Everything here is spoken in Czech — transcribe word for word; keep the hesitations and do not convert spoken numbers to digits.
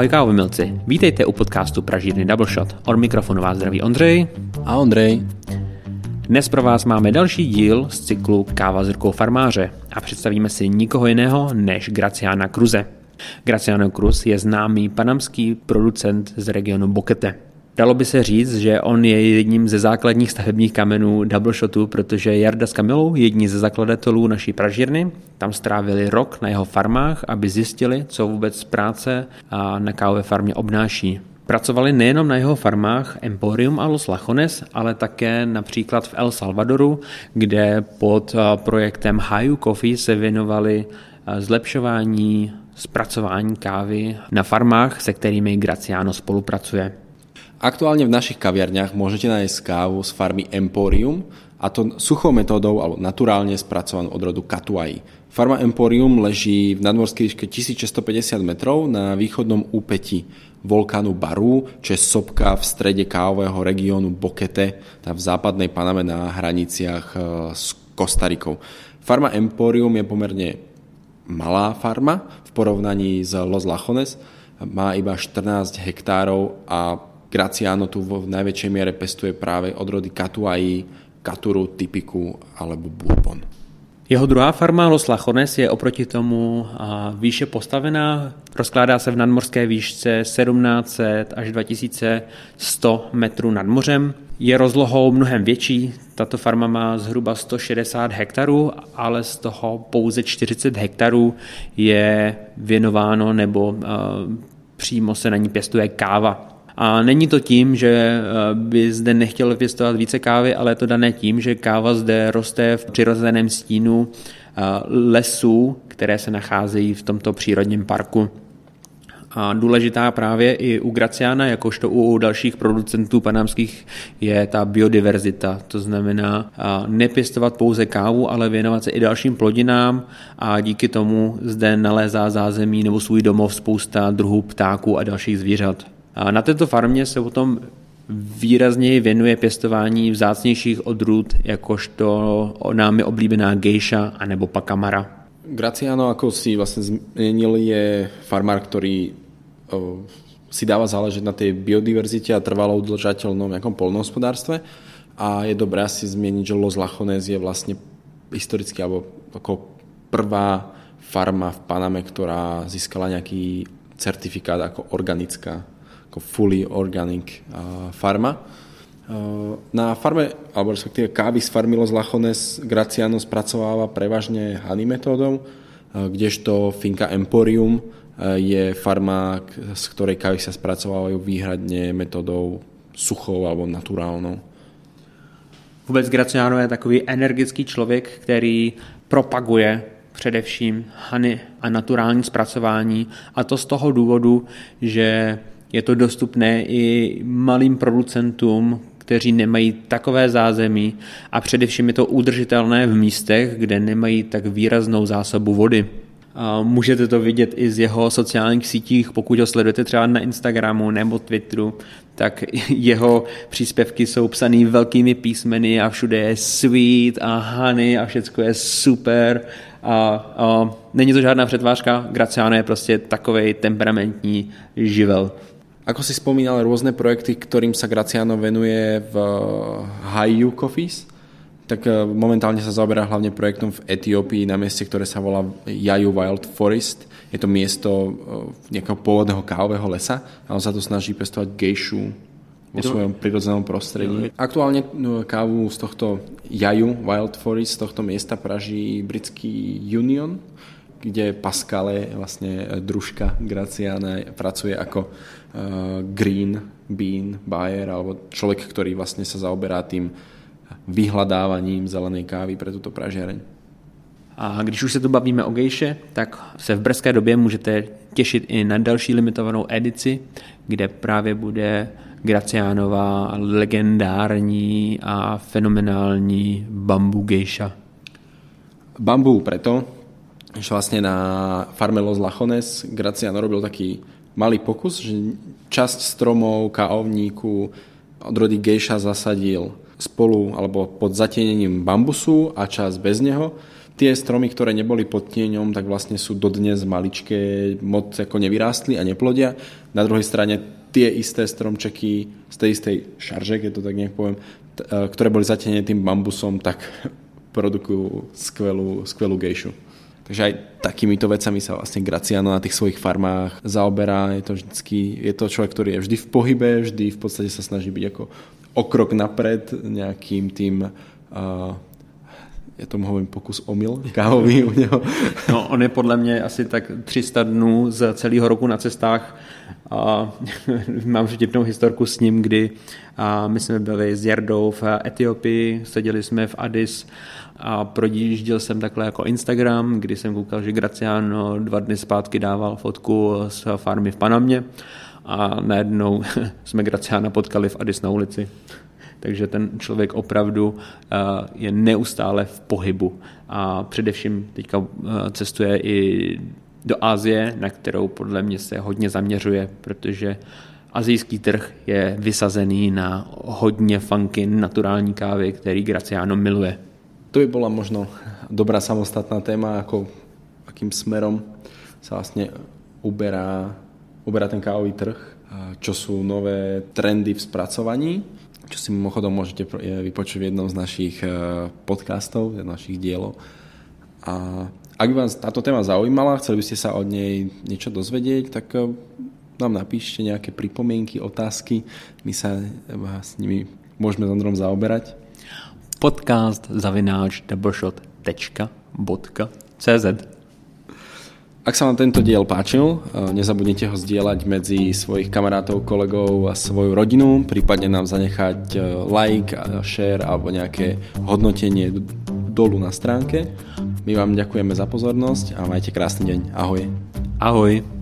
Ahoj kávomilci, vítejte u podcastu Pražírny Double Shot. Od mikrofonu vás zdraví Ondřej a Ondřej. Dnes pro vás máme další díl z cyklu Káva s rukou farmáře a představíme si nikoho jiného než Graciana Cruze. Graciano Cruz je známý panamský producent z regionu Boquete. Dalo by se říct, že on je jedním ze základních stavebních kamenů Double Shotu, protože Jarda s Kamilou, jedni ze zakladatelů naší pražírny, tam strávili rok na jeho farmách, aby zjistili, co vůbec práce na kávové farmě obnáší. Pracovali nejenom na jeho farmách Emporium a Los Lachones, ale také například v El Salvadoru, kde pod projektem Hayu Coffee se věnovali zlepšování zpracování kávy na farmách, se kterými Graciano spolupracuje. Aktuálne v našich kaviarniach môžete nájsť kávu z farmy Emporium, a to suchou metódou alebo naturálne spracovanú od rodu Catuai. Farma Emporium leží v nadmorskej výške tisícšesťstopäťdesiat metrov na východnom úpätí vulkánu Barú, čo je sopka v strede kávového regiónu Boquete, v západnej Paname na hraniciach s Kostarikou. Farma Emporium je pomerne malá farma v porovnaní s Los Lachones, má iba štrnásť hektárov a Graciano tu v najväčšej miere pestuje práve odrody Catuai, Caturu, Typiku alebo Bourbon. Jeho druhá farma Los Lachones je oproti tomu výše postavená, rozkládá se v nadmorské výšce sedmnáct set až dva tisíce sto metrů nad mořem. Je rozlohou mnohem větší, tato farma má zhruba sto šedesát hektarů, ale z toho pouze čtyřicet hektarů je věnováno nebo uh, přímo se na ní pěstuje káva. A není to tím, že by zde nechtěl pěstovat více kávy, ale je to dané tím, že káva zde roste v přirozeném stínu lesů, které se nacházejí v tomto přírodním parku. A důležitá právě i u Graciana, jakožto u dalších producentů panamských, je ta biodiverzita. To znamená nepěstovat pouze kávu, ale věnovat se i dalším plodinám a díky tomu zde nalézá zázemí nebo svůj domov spousta druhů ptáků a dalších zvířat. A na této farmě se potom výrazněji věnuje pěstování vzácnějších odrůd, jakožto námi oblíbená gejša anebo pacamara. Graciano, ako si vlastne zmenil, je farmár, ktorý o, si dáva záležať na tej biodiverzite a trvalo udržateľnom nejakom poľnohospodárstve. A je dobré asi zmieniť, že Los Lachones je vlastne historicky alebo ako prvá farma v Paname, ktorá získala nejaký certifikát ako organická, ako fully organic uh, farma. Uh, na farme, alebo respektíve kávy z farmy Los Lachones Graciano spracováva prevažne honey metódou, uh, kdežto finka Emporium uh, je farma, z ktorej kávy sa spracovávajú výhradne metódou suchou alebo naturálnou. Vůbec Graciano je takový energický člověk, který propaguje především honey a naturální zpracování, a to z toho důvodu, že je to dostupné i malým producentům, kteří nemají takové zázemí, a především je to udržitelné v místech, kde nemají tak výraznou zásobu vody. A můžete to vidět i z jeho sociálních sítích, pokud ho sledujete třeba na Instagramu nebo Twitteru, tak jeho příspěvky jsou psaný velkými písmeny a všude je sweet a honey a všecko je super. A, a není to žádná přetvářka, Graciano je prostě takovej temperamentní živel. Ako si spomínal, rôzne projekty, ktorým sa Graciano venuje v Hayu Coffees, tak momentálne sa zaoberá hlavne projektom v Etiópii na mieste, ktoré sa volá Yayu Wild Forest. Je to miesto nejakého pôvodného kávového lesa a on sa tu snaží pestovať gejšu vo svojom prirodzenom prostredí. Aktuálne kávu z tohto Yayu Wild Forest, z tohto miesta praží britský Union, kde Pascale, vlastne družka Graciana, pracuje ako uh, green bean buyer, alebo človek, ktorý vlastne sa zaoberá tým vyhľadávaním zelenej kávy pre túto pražiareň. A když už se tu bavíme o gejše, tak se v brzké době můžete těšit i na další limitovanou edici, kde právě bude Gracianova legendární a fenomenální bambu gejša. Bambu preto, že vlastne na farme Los Lachones Graciano robil taký malý pokus, že časť stromov, kávovníku, odrody gejša zasadil spolu alebo pod zatienením bambusu a časť bez neho. tie stromy, ktoré neboli pod tieňom, tak vlastne sú dodnes maličké, moc ako nevyrástli a neplodia. Na druhej strane tie isté stromčeky z tej istej šarže, keď to tak nejak poviem, t- ktoré boli zatienené tým bambusom, tak produkujú skvelú, skvelú gejšu. Takže aj takýmito vecami sa vlastne Graciano na tých svojich farmách zaoberá. Je to vždycky, je to človek, ktorý je vždy v pohybe, vždy v podstate sa snaží byť ako o krok napred nejakým tým uh, já tomu hovorím pokus omyl kávový u něho. No, on je podle mě asi tak tři sta dnů z celého roku na cestách a mám vtipnou historku s ním, kdy a my jsme byli s Jardou v Etiopii, seděli jsme v Addis a prodížděl jsem takhle jako Instagram, kdy jsem koukal, že Graciano dva dny zpátky dával fotku z farmy v Panamě a najednou jsme Graciana potkali v Addis na ulici. Takže ten člověk opravdu je neustále v pohybu a především teďka cestuje i do Asie, na kterou podle mě se hodně zaměřuje, protože asijský trh je vysazený na hodně funky naturální kávy, který Graciano miluje. To by bola možno dobrá samostatná téma, ako akým smerom sa vlastne uberá, uberá ten kávový trh, čo sú nové trendy v spracovaní, čo si mimochodom môžete vypočuť v jednom z našich podcastov, z našich dielov. A ak by vás táto téma zaujímala, chceli by ste sa od nej niečo dozvedieť, tak nám napíšte nejaké pripomienky, otázky, my sa s nimi môžeme s Ondrom zaoberať. Podcast zavináč doubleshot tečka cz. Ak sa vám tento diel páčil, nezabudnite ho zdieľať medzi svojich kamarátov, kolegov a svoju rodinu, prípadne nám zanechať like, share alebo nejaké hodnotenie dolu na stránke. My vám ďakujeme za pozornosť a majte krásny deň. Ahoj. Ahoj.